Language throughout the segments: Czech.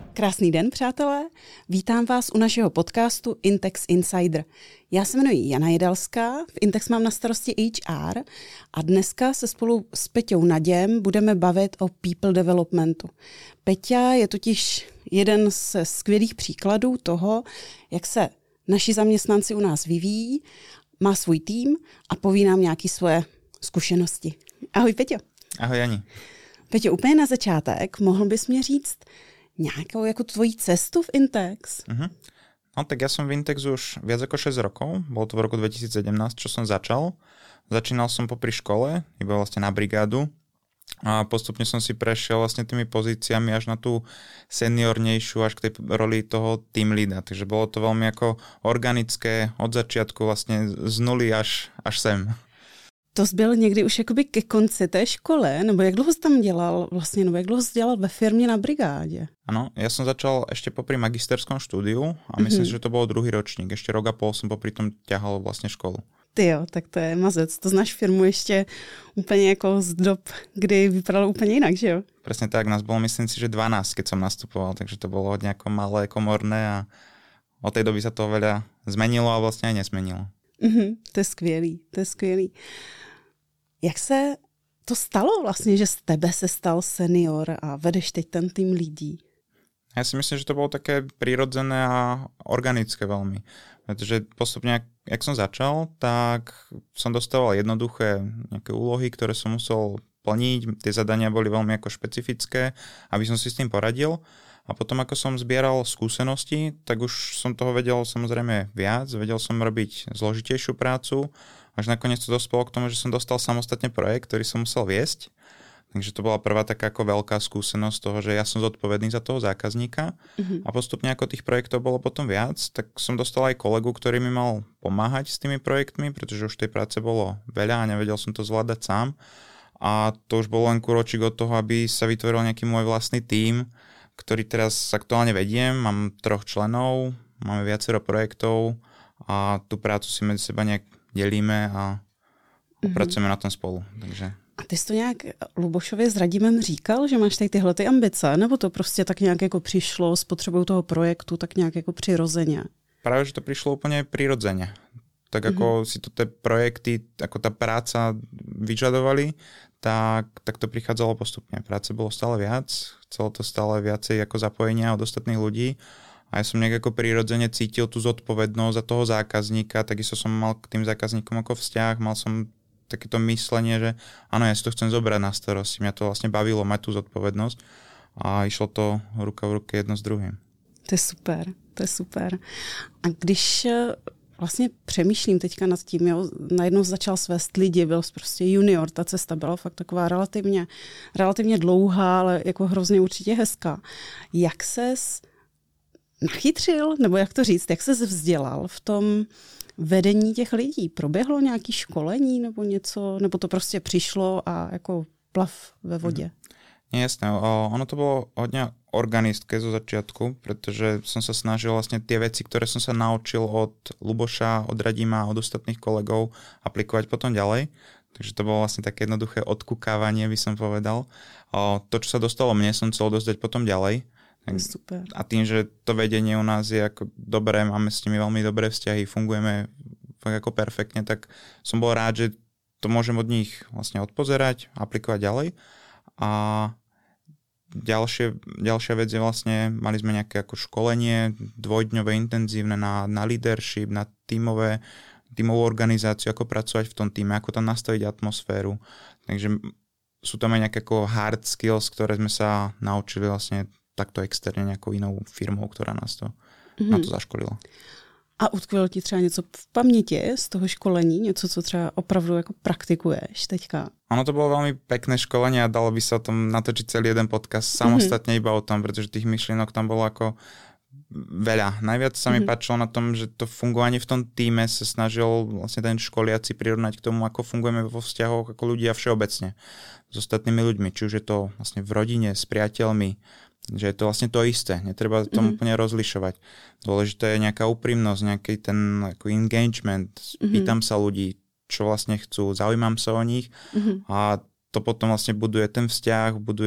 Krásný den, přátelé. Vítám vás u našeho podcastu Intex Insider. Já se jmenuji Jana Jedalská, v Intex mám na starosti HR a dneska se spolu s Peťou Naděm budeme bavit o people developmentu. Peťa je totiž jeden ze skvělých příkladů toho, jak se naši zaměstnanci u nás vyvíjí, má svůj tým a poví nám nějaké svoje zkušenosti. Ahoj, Peťo. Ahoj, Jani. Peťo, úplně na začátek, mohl bys mě říct nejakou jako tvoji cestu v Intex? No tak ja som v Intex už viac ako 6 rokov, bolo to v roku 2017, čo som začal. Začínal som popri škole, iba vlastne na brigádu a postupne som si prešiel vlastne tými pozíciami až na tú seniornejšiu, až k tej roli toho team leada. Takže bolo to veľmi ako organické od začiatku vlastne z nuly až sem. To jsi byl někdy už jakoby ke konci té škole, nebo jak dlouho jsi tam dělal vlastně, nebo jak dlouho jsi dělal ve firmě na brigádě? Áno, ja som začal ešte popri magisterskom štúdiu a myslím si, že to bol druhý ročník. Ešte rok a pol som popri tom ťahal vlastne školu. Ty jo, tak to je mazec. To znáš firmu ještě úplně jako z dob, kdy vypadalo úplně jinak, že jo? Presne tak, nás bolo myslím si, že 12, keď som nastupoval, takže to bolo hodne ako malé, komorné a od tej doby sa to veľa zmenilo a vlastne aj nesmenilo. To je skvělý, to je skvělý. Jak se to stalo vlastně, že z tebe se stal senior a vedeš teď ten tým lidí? Ja si myslím, že to bolo také prirodzené a organické veľmi. Pretože postupne, jak som začal, tak som dostával jednoduché nejaké úlohy, ktoré som musel plniť. Tie zadania boli veľmi ako špecifické, aby som si s tým poradil. A potom, ako som zbieral skúsenosti, tak už som toho vedel samozrejme viac. Vedel som robiť zložitejšiu prácu. Až nakoniec to dospelo k tomu, že som dostal samostatne projekt, ktorý som musel viesť. Takže to bola prvá taká ako veľká skúsenosť toho, že ja som zodpovedný za toho zákazníka. A postupne ako tých projektov bolo potom viac, tak som dostal aj kolegu, ktorý mi mal pomáhať s tými projektmi, pretože už tej práce bolo veľa a nevedel som to zvládať sám. A to už bolo len kúročík od toho, aby sa vytvoril nejaký môj vlastný tím, ktorý teraz aktuálne vediem. Mám 3 členov, máme viacero projektov a tú prácu si medzi seba nejak dělíme a pracujeme na tom spolu. Takže. A ty jsi to nějak Lubošově s Radimem říkal, že máš tady tyhle ty ambice, nebo to prostě tak nějak jako přišlo s potřebou toho projektu, tak nějak jako přirozeně? Práve, že to prišlo úplne prirodzene. Tak ako si to tie projekty, ako tá práca vyžadovali, tak to prichádzalo postupne. Práce bolo stále viac, chcelo to stále viacej ako zapojenia od ostatných ľudí. A ja som nejak ako prirodzene cítil tú zodpovednosť za toho zákazníka, takisto som mal k tým zákazníkom ako vzťah, mal som takéto myslenie, že áno, ja si to chcem zobrať na starosti. Mňa to vlastne bavilo mať tú zodpovednosť a išlo to ruka v ruke jedno s druhým. To je super, to je super. A když vlastně přemýšlím teďka nad tím, jo, najednou začal svést lidi, byl prostě junior, ta cesta byla fakt taková relativně dlouhá, ale jako hrozně určitě hezká. Jak ses nachytřil, nebo jak to říct, jak ses vzdělal v tom vedení těch lidí? Proběhlo nějaké školení nebo něco, nebo to prostě přišlo a jako plav ve vodě? Nie, jasné. Ono to bolo hodne organické zo začiatku, pretože som sa snažil vlastne tie veci, ktoré som sa naučil od Luboša, od Radima, od ostatných kolegov aplikovať potom ďalej. Takže to bolo vlastne také jednoduché odkúkávanie, by som povedal. To, čo sa dostalo mne, som chcel dostať potom ďalej. Super. A tým, že to vedenie u nás je ako dobré, máme s nimi veľmi dobré vzťahy, fungujeme fakt ako perfektne, tak som bol rád, že to môžem od nich vlastne odpozerať, aplikovať ďalej. A ďalšia vec je vlastne, mali sme nejaké ako školenie dvojdňové, intenzívne na leadership, na tímovú organizáciu, ako pracovať v tom týme, ako tam nastaviť atmosféru. Takže sú tam aj nejaké ako hard skills, ktoré sme sa naučili vlastne takto externe nejakou inou firmou, ktorá nás to na to zaškolila. A utkvělo ti třeba něco v paměti z toho školení, něco, co třeba opravdu jako praktikuješ teďka? Ono to bolo veľmi pekné školenie a dalo by sa o tom natočiť celý jeden podcast samostatne iba o tom, pretože tých myšlienok tam bolo ako veľa. Najviac sa mi páčilo na tom, že to fungovanie v tom týme sa snažil vlastne ten školiaci prirovnať k tomu, ako fungujeme vo vzťahoch ako ľudia všeobecne s ostatnými ľuďmi. Či už je to vlastne v rodine, s priateľmi, že je to vlastne to isté. Netreba tomu úplne rozlišovať. Dôležité je nejaká úprimnosť, nejaký ten ako engagement. Pýtam sa ľudí, čo vlastne chcú, zaujímam sa o nich a to potom vlastne buduje ten vzťah, buduje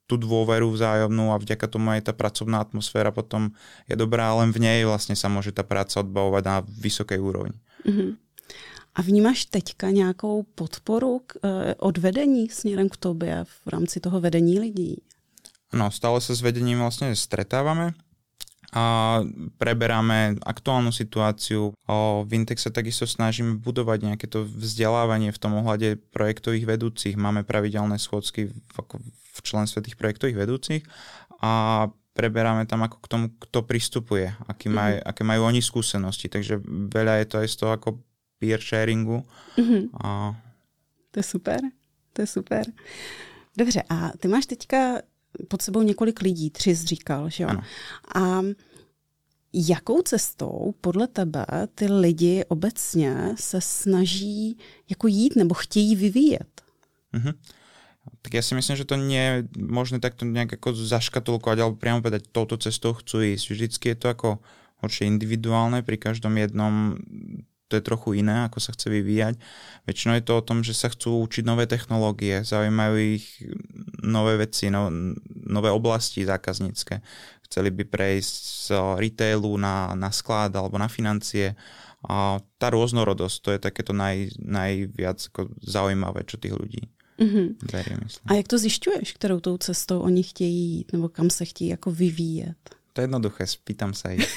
tú dôveru vzájomnú a vďaka tomu aj tá pracovná atmosféra potom je dobrá, len v nej vlastne sa môže tá práca odbavovať na vysokej úrovni. A vnímáš teďka nějakou podporu od vedení směrem k tobě v rámci toho vedení lidí? No, stále sa s vedením vlastne stretávame a preberáme aktuálnu situáciu. V Intech sa takisto snažíme budovať nejaké to vzdelávanie v tom ohľade projektových vedúcich. Máme pravidelné schôdzky v členstve tých projektových vedúcich a preberáme tam ako k tomu, kto pristupuje, aké majú oni skúsenosti. Takže veľa je to aj z toho ako peer sharingu. A... To je super, to je super. Dobře, a ty máš teďka pod sebou několik lidí, 3 jsi říkal, že jo? Ano. A jakou cestou podle tebe ty lidi obecně se snaží jako jít nebo chtějí vyvíjet? Tak ja si myslím, že to nie je možné takto nejak ako zaškatulkovať alebo priamo povedať, touto cestou chcú ísť. Vždycky je to ako určite individuálne, pri každom jednom to je trochu iné, ako sa chce vyvíjať. Väčšinou je to o tom, že sa chcú učiť nové technológie, zaujímajú ich nové veci, nové oblasti zákaznícke. Chceli by prejsť z retailu na sklad alebo na financie. A tá rôznorodosť, to je takéto najviac ako zaujímavé, čo tých ľudí. A jak to zjišťuješ, kterou tou cestou oni chtějí jít, nebo kam se chtějí jako vyvíjet? To je jednoduché, spýtam sa ich.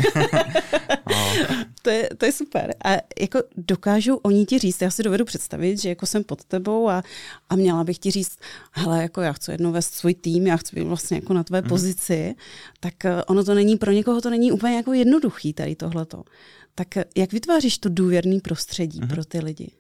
To je super. A jako dokážou oni ti říct, já si dovedu představit, že jako jsem pod tebou a měla bych ti říct, hele, jako já chci jednou vést svůj tým, já chci být vlastně jako na tvé pozici, tak ono to není, pro někoho to není úplně jako jednoduchý tady tohleto. Tak jak vytváříš to důvěrný prostředí pro ty lidi?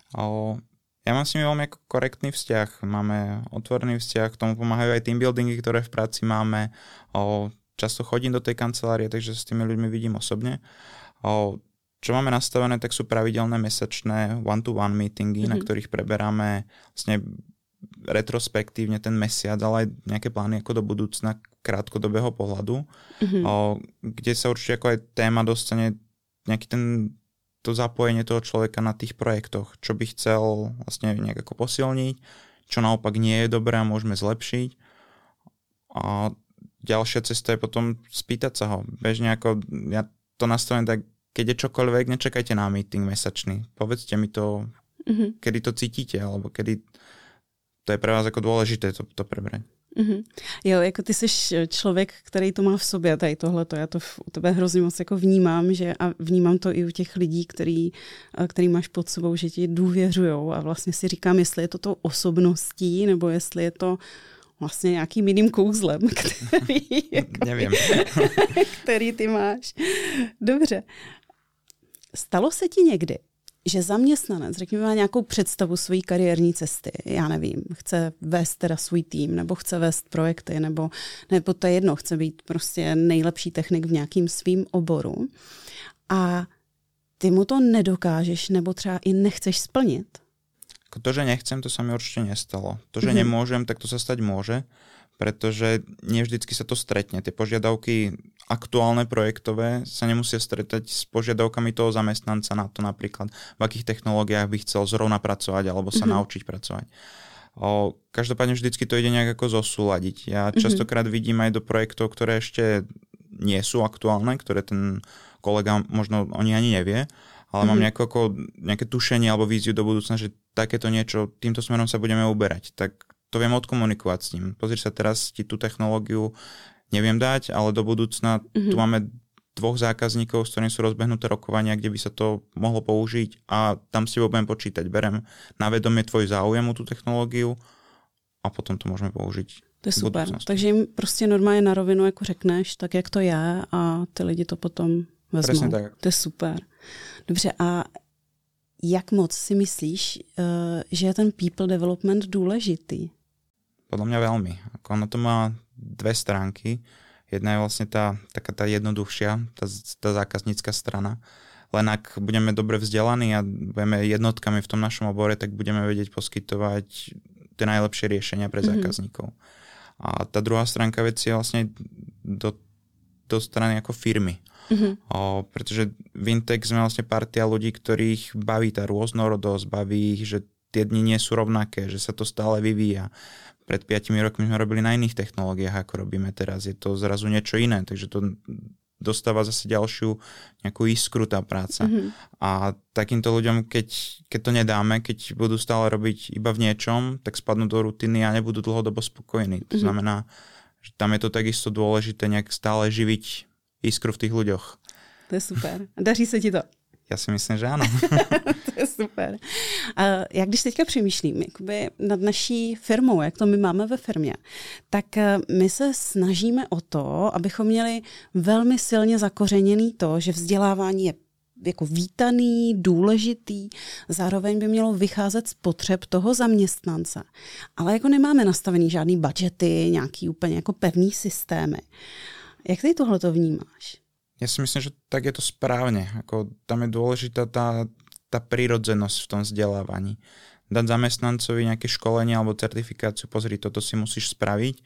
Ja mám s nimi veľmi ako korektný vzťah. Máme otvorený vzťah, k tomu pomáhajú aj team buildingy, ktoré v práci máme. Často chodím do tej kancelárie, takže s tými ľuďmi vidím osobne. Čo máme nastavené, tak sú pravidelné mesačné one-to-one meetingy, na ktorých preberáme vlastne retrospektívne ten mesiac, ale aj nejaké plány ako do budúcna krátkodobého pohľadu, kde sa určite ako aj téma dostane nejaký to zapojenie toho človeka na tých projektoch, čo by chcel vlastne nejak ako posilniť, čo naopak nie je dobré a môžeme zlepšiť. A ďalšia cesta je potom spýtať sa ho. Bežne ako, ja to nastavím tak, keď je čokoľvek, nečakajte na meeting mesačný. Povedzte mi to, kedy to cítite, alebo kedy to je pre vás ako dôležité to prebrať. Jo, jako ty jsi člověk, který to má v sobě, tady tohleto. Já to u tebe hrozně moc jako vnímám, že a vnímám to i u těch lidí, který máš pod sebou, že ti důvěřujou a vlastně si říkám, jestli je to tou osobností, nebo jestli je to vlastně nějakým jiným kouzlem, Nevím. který ty máš. Dobře. Stalo se ti někdy, že zaměstnanec, řekněme, má nějakou představu své kariérní cesty, já nevím, chce vést teda svůj tým, nebo chce vést projekty, nebo to je jedno, chce být prostě nejlepší technik v nějakým svým oboru a ty mu to nedokážeš, nebo třeba i nechceš splnit? To, že nechcem, to sa mi určite nestalo. To, že nemôžem, tak to sa stať môže, pretože nie vždycky sa to stretne. Tie požiadavky aktuálne projektové sa nemusia stretať s požiadavkami toho zamestnanca na to napríklad, v akých technológiách by chcel zrovna pracovať alebo sa naučiť pracovať. Každopádne vždycky to ide nejak ako zosúladiť. Ja častokrát vidím aj do projektov, ktoré ešte nie sú aktuálne, ktoré ten kolega možno oni ani nevie, ale mám nejaké tušenie alebo víziu do budúcna, že takéto niečo, týmto smerom sa budeme uberať. Tak to viem odkomunikovať s ním. Pozri sa, teraz ti tú technológiu neviem dať, ale do budúcna tu máme 2 zákazníkov, s ktorými sú rozbehnuté rokovania, kde by sa to mohlo použiť a tam s tebou budem počítať. Berem na vedomie tvoj záujem o tú technológiu a potom to môžeme použiť. To je super. Takže jim prostě normálně na rovinu jako řekneš, tak jak to je a ty lidi to potom vezmou. Presne tak. To je super. Dobře, a jak moc si myslíš, že je ten people development důležitý? Podľa mňa veľmi. Ono to má 2 stránky. Jedna je vlastne taká tá jednoduchšia, tá zákaznícka strana. Len ak budeme dobre vzdelaní a budeme jednotkami v tom našom obore, tak budeme vedieť poskytovať tie najlepšie riešenia pre zákazníkov. A tá druhá stránka veci je vlastne do strany ako firmy. Pretože v Intech sme vlastne partia ľudí, ktorých baví tá rôznorodosť, baví ich, že tie dni nie sú rovnaké, že sa to stále vyvíja. pred 5 rokmi sme robili na iných technológiách, ako robíme teraz. Je to zrazu niečo iné, takže to dostáva zase ďalšiu nejakú iskru tá práca. A takýmto ľuďom, keď to nedáme, keď budú stále robiť iba v niečom, tak spadnú do rutiny a nebudú dlhodobo spokojní. To znamená, že tam je to takisto dôležité nejak stále živiť iskru v tých ľuďoch. To je super. Daří se ti to? Já si myslím, že ano. To je super. A já když teďka přemýšlím jakoby nad naší firmou, jak to my máme ve firmě, tak my se snažíme o to, abychom měli velmi silně zakořeněný to, že vzdělávání je jako vítaný, důležitý, zároveň by mělo vycházet z potřeb toho zaměstnance. Ale jako nemáme nastavený žádný budžety, nějaký úplně jako pevný systémy. Jak ty tohleto vnímáš? Ja si myslím, že tak je to správne. Ako tam je dôležitá tá prírodzenosť v tom vzdelávaní. Dať zamestnancovi nejaké školenie alebo certifikáciu, pozri, toto si musíš spraviť,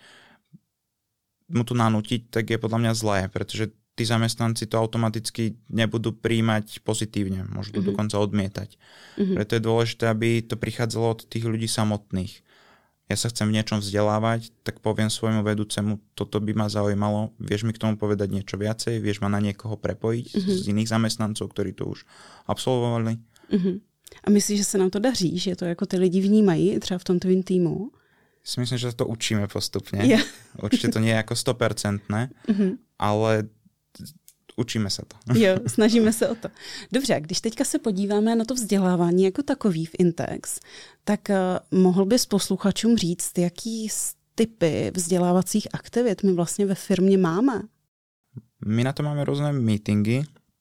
mu to nanútiť, tak je podľa mňa zlé, pretože tí zamestnanci to automaticky nebudú príjmať pozitívne, môžu to dokonca odmietať. Preto je dôležité, aby to prichádzalo od tých ľudí samotných. Ja sa chcem v niečom vzdelávať, tak poviem svojmu vedúcemu, toto by ma zaujímalo, vieš mi k tomu povedať niečo viacej, vieš ma na niekoho prepojiť z iných zamestnancov, ktorí to už absolvovali. A myslíš, že se nám to daří, že to jako ty lidi vnímají třeba v tom tvým týmu? Si myslím, že to učíme postupne. Určite to nie je ako 100%, ale učíme se to. Jo, snažíme se o to. Dobře, když teďka se podíváme na to vzdělávání jako takový v Intex, tak mohl bys posluchačům říct, jaký typy vzdělávacích aktivit my vlastně ve firmě máme? My na to máme rôzne meetingy,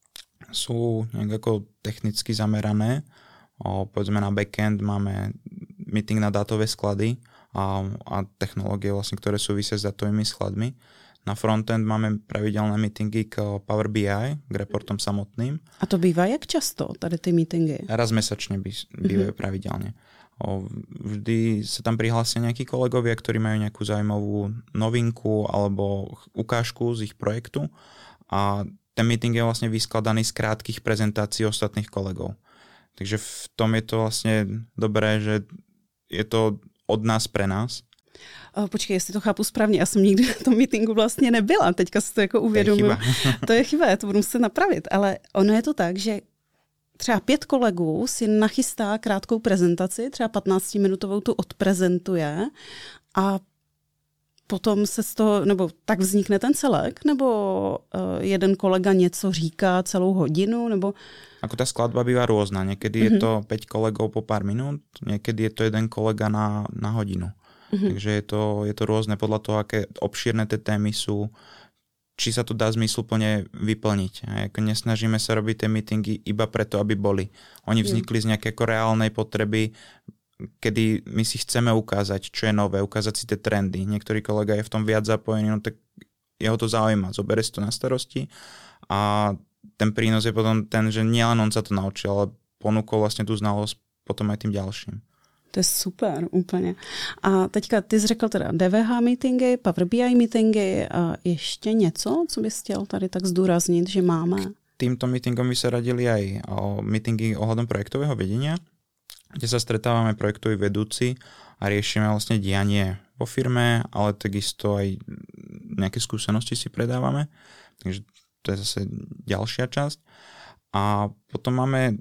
sú nejak ako technicky zamerané. Povedzme na backend máme meeting na dátové sklady a technológie, vlastne, ktoré súvisia s datovými skladmi. Na frontend máme pravidelné meetingy k Power BI, k reportom samotným. A to bývá jak často, tady ty meetingy? Raz mesačne bývajú pravidelne. Vždy sa tam prihlásia nejakí kolegovia, ktorí majú nejakú zaujímavú novinku alebo ukážku z ich projektu a ten meeting je vlastne vyskladaný z krátkych prezentácií ostatných kolegov. Takže v tom je to vlastne dobré, že je to od nás pre nás. Počkej, jestli to chápu správně, já jsem nikdy na tom meetingu vlastně nebyla, teďka si to jako uvědomuji. To je chyba, já to budu muset napravit, ale ono je to tak, že třeba 5 kolegů si nachystá krátkou prezentaci, třeba 15-minutovou tu odprezentuje a potom se z toho, nebo tak vznikne ten celek, nebo jeden kolega něco říká celou hodinu, nebo... Ako tá skladba býva rôzna, niekedy je to 5 kolegov po pár minút, niekedy je to jeden kolega na hodinu. Takže je to rôzne podľa toho, aké obšírne tie témy sú, či sa to dá zmysluplne vyplniť. A ako nesnažíme sa robiť tie meetingy iba preto, aby boli. Oni vznikli z nejaké ako reálnej potreby, kedy my si chceme ukázať, čo je nové, ukázať si tie trendy. Niektorý kolega je v tom viac zapojený, no tak jeho to zaujíma, zoberie si to na starosti a ten prínos je potom ten, že nielen on sa to naučil, ale ponúkol vlastne tú znalosť potom aj tým ďalším. To je super, úplně. A teďka ty jsi řekl teda DVH meetingy, Power BI meetingy a ještě něco, co bys chtěl tady tak zdůraznit, že máme? Týmto meetingom by sa radili aj meetingy ohľadom projektového vedenia, kde sa stretávame projektoví vedúci a riešime vlastne dianie vo firme, ale takisto aj nejaké skúsenosti si predávame. Takže to je zase ďalšia časť. A potom máme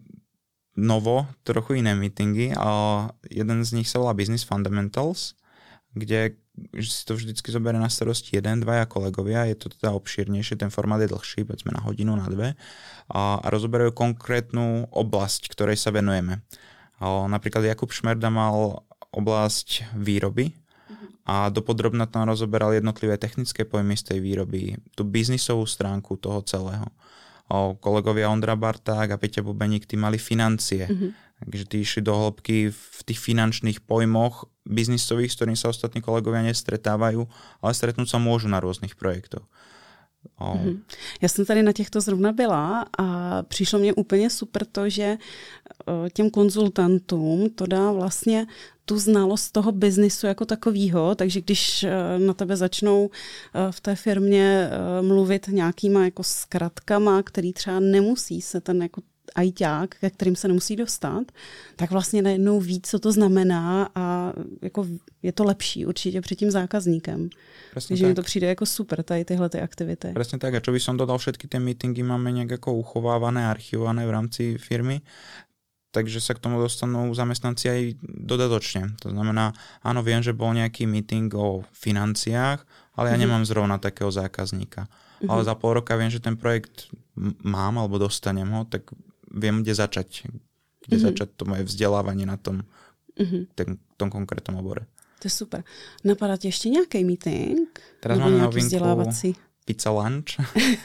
trochu iné meetingy a jeden z nich sa volá Business Fundamentals, kde si to vždycky zoberie na starosti 1-2 kolegovia, je to teda obšírnejšie, ten formát je dlhší, povedzme na hodinu, na 2 a rozoberajú konkrétnu oblasť, ktorej sa venujeme. Napríklad Jakub Šmerda mal oblasť výroby a dopodrobna tam rozoberal jednotlivé technické pojmy z tej výroby, tú biznisovú stránku toho celého. Kolegovia Ondra Barták a Peťa Bubeník, tí mali financie. Takže tí išli do hĺbky v tých finančných pojmoch biznisových, s ktorými sa ostatní kolegovia nestretávajú, ale stretnúť sa môžu na rôznych projektoch. Já jsem tady na těchto zrovna byla a přišlo mě úplně super to, že těm konzultantům to dá vlastně tu znalost toho biznisu jako takovýho, takže když na tebe začnou v té firmě mluvit nějakýma jako zkratkama, který třeba nemusí se ten jako ajťák, ke kterým se nemusí dostat, tak vlastně najednou ví, co to znamená a jako je to lepší určitě před tím zákazníkem. Takže mi to přijde jako super, tady tyhle ty aktivity. Presne tak. A čo by som dodal, všetky tie meetingy máme nejak ako uchovávané, archivované v rámci firmy, takže sa k tomu dostanú zamestnanci aj dodatočne. To znamená, áno, viem, že bol nejaký meeting o financiách, ale ja nemám zrovna takého zákazníka. Ale za pol roka viem, že ten projekt mám alebo dostanem ho, tak viem, kde začať. Začať to moje vzdelávanie na tom, tom konkrétnom obore. To je super. Napadá ti ještě nějaký meeting? Teraz máme novinku Pizza Lunch.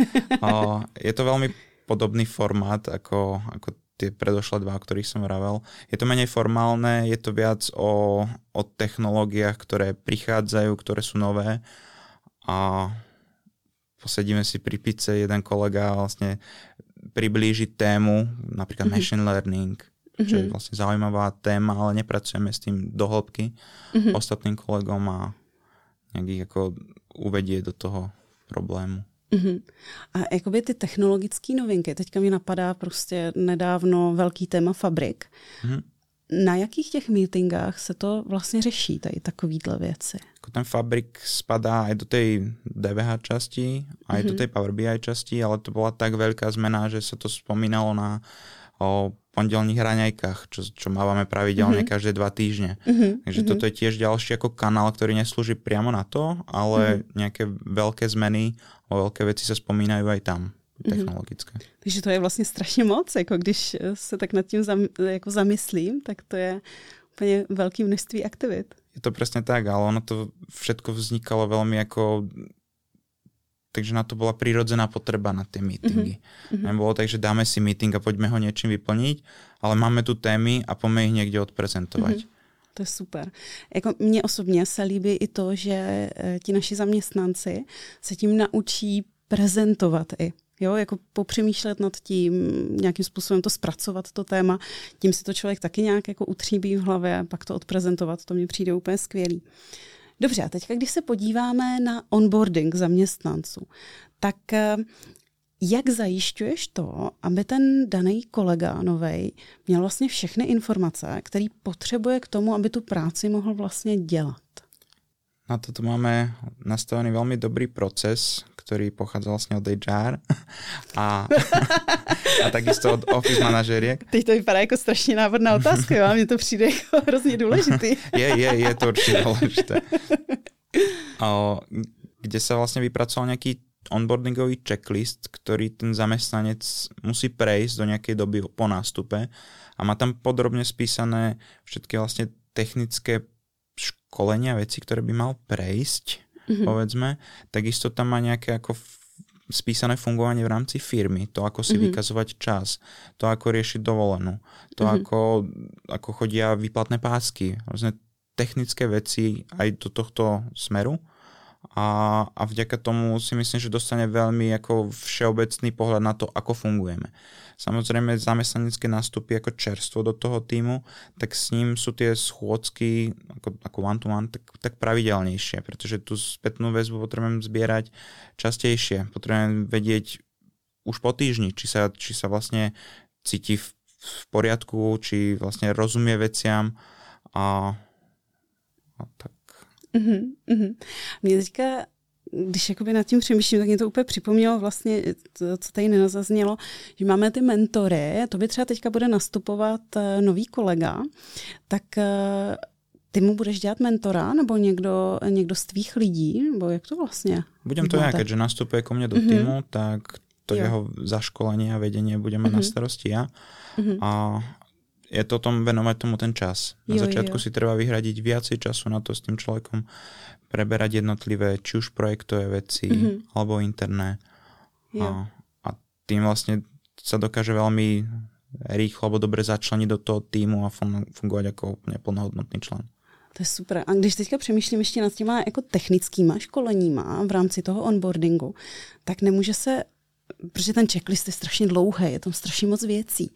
Je to veľmi podobný formát ako tie predošlé dva, o ktorých som vravel. Je to menej formálne, je to viac o technológiách, ktoré prichádzajú, ktoré sú nové a posedíme si pri pice, jeden kolega vlastne priblíži tému, napríklad machine learning, čo je vlastne zaujímavá téma, ale nepracujeme s tým do hĺbky ostatným kolegom a nejak ich ako uvedie do toho problému. A jakoby ty technologické novinky, teďka mi napadá prostě nedávno velký téma fabrik. Na jakých těch meetingách se to vlastně řeší, tady takovýhle věci? Ten fabrik spadá aj do tej DVH časti, aj do tej Power BI časti, ale to bola tak veľká zmena, že sa to spomínalo na pondelných raňajkách, čo mávame pravidelne každé 2 týždne. Takže toto je tiež ďalší ako kanál, ktorý neslúži priamo na to, ale nejaké veľké zmeny o veľké veci sa spomínajú aj tam, technologické. Takže to je vlastně strašně moc, jako když se tak nad tím jako zamyslím, tak to je úplně velké množství aktivit. Je to presne tak, ale ono to všetko vznikalo veľmi ako... Takže na to bola prirodzená potreba na tie meetingy. Nebolo tak, že dáme si meeting a poďme ho niečím vyplniť, ale máme tu témy a poďme ich niekde odprezentovať. To je super. Jako mně osobně se líbí i to, že ti naši zaměstnanci se tím naučí prezentovat i. Jo, jako popřemýšlet nad tím, nějakým způsobem to zpracovat, to téma, tím si to člověk taky nějak jako utříbí v hlavě, pak to odprezentovat, to mi přijde úplně skvělý. Dobře, a teďka, když se podíváme na onboarding zaměstnanců, tak jak zajišťuješ to, aby ten daný kolega novej měl vlastně všechny informace, které potřebuje k tomu, aby tu práci mohl vlastně dělat? Na toto máme nastavený veľmi dobrý proces, ktorý pochádza vlastne od HR a takisto od office manažeriek. Teď to vypadá jako strašně návodná otázka, a mně to přijde jako hrozně důležitý. Je to určite dôležité. Kde sa vlastne vypracoval nejaký onboardingový checklist, ktorý ten zamestnanec musí prejsť do nejakej doby po nástupe a má tam podrobne spísané všetky vlastne technické školenia, veci, ktoré by mal prejsť, povedzme. Takisto tam má nejaké ako spísané fungovanie v rámci firmy, to ako si vykazovať čas, to ako riešiť dovolenú, to ako chodia výplatné pásky, rôzne technické veci aj do tohto smeru a vďaka tomu si myslím, že dostane veľmi ako všeobecný pohľad na to, ako fungujeme. Samozrejme, zamestnanec, keď nastúpi ako čerstvo do toho týmu, tak s ním sú tie schôdzky ako one-to-one tak pravidelnejšie, pretože tú spätnú väzbu potrebujem zbierať častejšie. Potrebujem vedieť už po týždni, či sa vlastne cíti v poriadku, či vlastne rozumie veciam a tak. Mě teďka, když jakoby nad tím přemýšlím, tak mě to úplně připomnělo vlastně, co tady nezaznělo, že máme ty mentory, to by třeba teďka bude nastupovat nový kolega, tak ty mu budeš dělat mentora, nebo někdo z tvých lidí, nebo jak to vlastně? Budem to ja, keďže nastupuje ko mne do týmu, tak to jeho zaškolenie a vedenie budeme na starosti ja. A je to o tom venovať tomu ten čas. Na začiatku si treba vyhradiť viacej času na to s tým človekom, preberať jednotlivé, či už projektové veci, alebo interné. A tým vlastne sa dokáže veľmi rýchlo alebo dobre začleniť do toho týmu a fungovať ako úplne plnohodnotný člen. To je super. A když teďka přemýšlím ještě nad těma jako technickýma školeníma v rámci toho onboardingu, tak nemůže se, protože ten checklist je strašně dlouhý, je tam strašně moc věcí.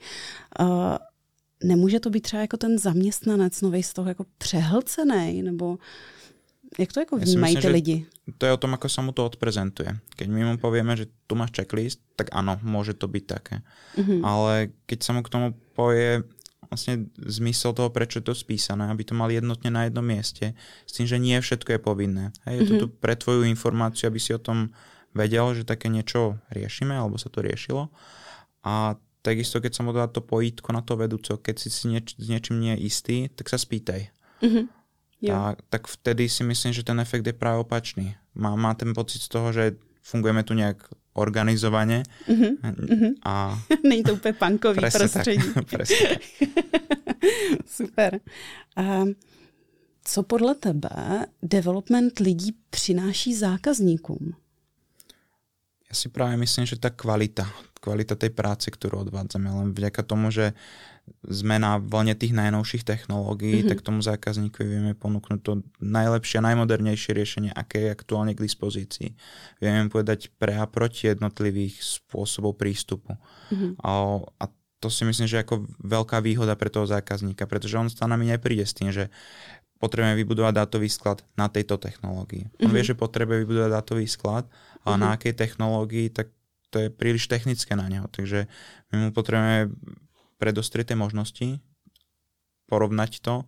Nemůže to být třeba jako ten zaměstnanec novej z toho jako přehlcenej, nebo Jak to jako vnímají ty lidi? To je o tom, ako sa mu to odprezentuje. Keď my mu povieme, že tu máš checklist, tak áno, môže to byť také. Ale keď sa mu k tomu povie vlastne zmysel toho, prečo je to spísané, aby to mali jednotne na jednom mieste, s tým, že nie všetko je povinné. Hej, je to tu pre tvoju informáciu, aby si o tom vedel, že také niečo riešime, alebo sa to riešilo. A takisto, keď sa mu dá to pojítko na to vedúco, keď si s niečím nie je istý, tak sa spýtaj. Tak vtedy si myslím, že ten efekt je práve opačný. Má ten pocit z toho, že fungujeme tu nejak organizovane. A... Není to úplně punkový prostředí. Presne tak. Super. A co podle tebe development lidí přináší zákazníkům? Ja si práve myslím, že tá kvalita tej práce, ktorú odvádzame, len vďaka tomu, že sme na vlne tých najnovších technológií, tak tomu zákazníkovi vieme ponúknuť to najlepšie a najmodernejšie riešenie, aké je aktuálne k dispozícii. Vieme povedať pre a proti jednotlivých spôsobov prístupu. A to si myslím, že je ako veľká výhoda pre toho zákazníka, pretože on sa nami nepríde s tým, že potrebujeme vybudovať dátový sklad na tejto technológii. On vie, že potrebuje vybudovať dátový sklad, ale na akej technológii, tak to je príliš technické na neho. Takže my mu potrebujeme predostrieť tie možnosti, porovnať to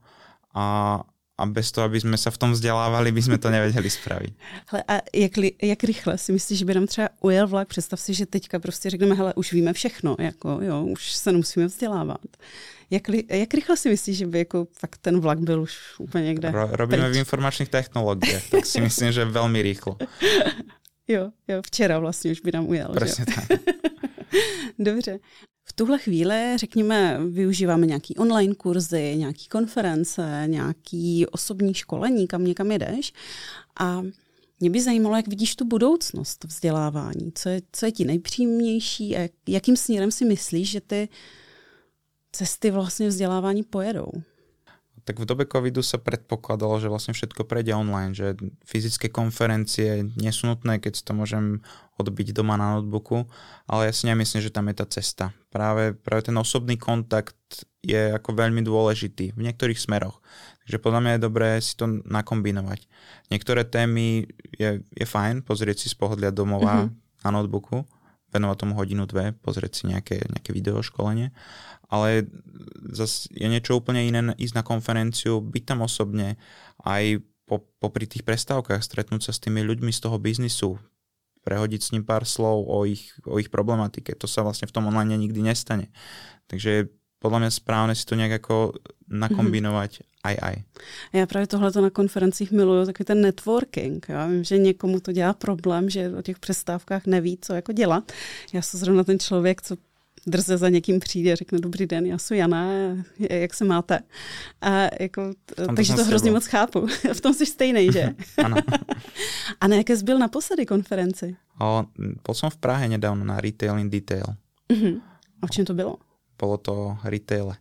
a bez toho, aby sme sa v tom vzdělávali, by sme to nevedeli spraviť. Hele, a jak rychle si myslíš, že by nám třeba ujel vlak? Představ si, že teďka prostě řekneme, hele, už víme všechno, jako, jo, už se nemusíme vzdělávat. Jak rychle si myslíš, že by jako fakt ten vlak byl už úplně někde Robíme v informačných technológiách, tak si myslím, že veľmi rýchlo. Jo, včera vlastně už by nám ujel. Presne tak. Dobře. V tuhle chvíli, řekněme, využíváme nějaký online kurzy, nějaký konference, nějaký osobní školení, kam někam jdeš. A mě by zajímalo, jak vidíš tu budoucnost vzdělávání. Co je ti nejpříjemnější a jakým směrem si myslíš, že ty cesty vlastně vzdělávání pojedou? Tak v dobe covidu sa predpokladalo, že vlastne všetko prejde online, že fyzické konferencie nie sú nutné, keď si to môžem odbiť doma na notebooku, ale ja si nemyslím, že tam je tá cesta. Práve ten osobný kontakt je ako veľmi dôležitý v niektorých smeroch. Takže podľa mňa je dobré si to nakombinovať. Niektoré témy je fajn pozrieť si z pohľadia domova na notebooku, venovať tomu hodinu, dve, pozrieť si nejaké videoškolenie, ale zase je niečo úplne iné ísť na konferenciu, byť tam osobne, aj popri tých prestávkach stretnúť sa s tými ľuďmi z toho biznisu, prehodiť s ním pár slov o ich problematike. To sa vlastne v tom online nikdy nestane. Takže je podľa mňa správne si to nejak ako nakombinovať aj. Já právě tohleto na konferencích miluju, takový ten networking. Já vím, že někomu to dělá problém, že o těch přestávkách neví, co jako dělat. Já jsem zrovna ten člověk, co drze za někým přijde a řekne dobrý den, já jsem Jana, jak se máte? A jako, takže to hrozně moc chápu. V tom jsi stejnej, že? Ano. A na jaké jsi byl naposledy konferenci? Bol som v Prahe nedávno na Retail in Detail. A v čem to bylo? Bolo to retaile.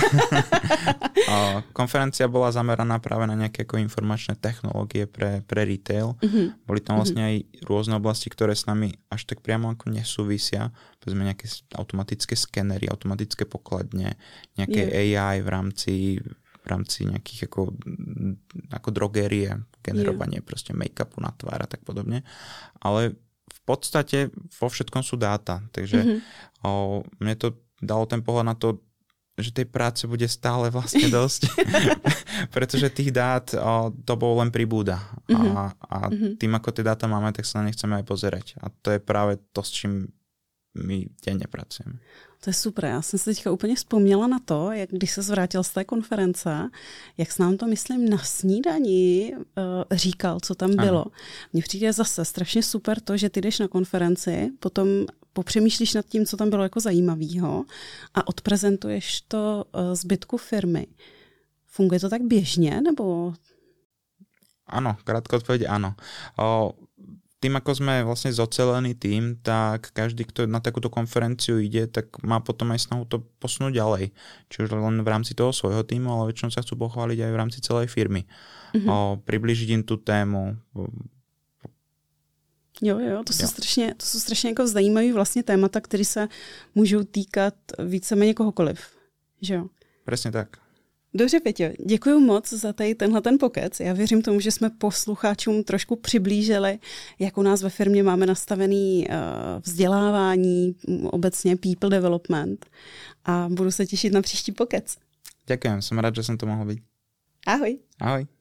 Konferencia bola zameraná práve na nejaké ako informačné technológie pre retail. Boli tam vlastne aj rôzne oblasti, ktoré s nami až tak priamo ako nesúvisia. Povedzme nejaké automatické skenery, automatické pokladne, nejaké AI v rámci nejakých ako drogérie, generovanie proste make-upu na tvár a tak podobne. Ale v podstate vo všetkom sú dáta. Takže mne to dalo ten pohľad na to, že tej práce bude stále vlastne dosť, pretože tých dát dobou len pribúda. A tým, ako tie dáta máme, tak sa na ne chceme aj pozerať. A to je práve to, s čím my denne pracujeme. To je super. Já jsem se teďka úplně vzpomněla na to, jak když se zvrátil z té konference, jak s nám to, myslím, na snídani říkal, co tam bylo. Mně přijde zase strašně super to, že ty jdeš na konferenci, potom popřemýšlíš nad tím, co tam bylo jako zajímavého a odprezentuješ to zbytku firmy. Funguje to tak běžně, nebo? Áno, krátko odpoveď áno. Tým, ako sme vlastne zocelený tým, tak každý, kto na takúto konferenciu ide, tak má potom aj snahu to posunúť ďalej. Či už len v rámci toho svojho týmu, ale väčšinou sa chcú pochváliť aj v rámci celej firmy. Priblížiť im tú tému. Jo, to jsou strašně jako zajímavé vlastně témata, které se můžou týkat víceméně kohokoliv. Že jo? Presne tak. Dobře, Peťo, děkuji moc za tenhle pokec. Já věřím tomu, že jsme posluchačům trošku přiblížili, jak u nás ve firmě máme nastavený vzdělávání, obecně people development, a budu se těšit na příští pokec. Ďakujem, som rád, že som to mohol byť. Ahoj. Ahoj.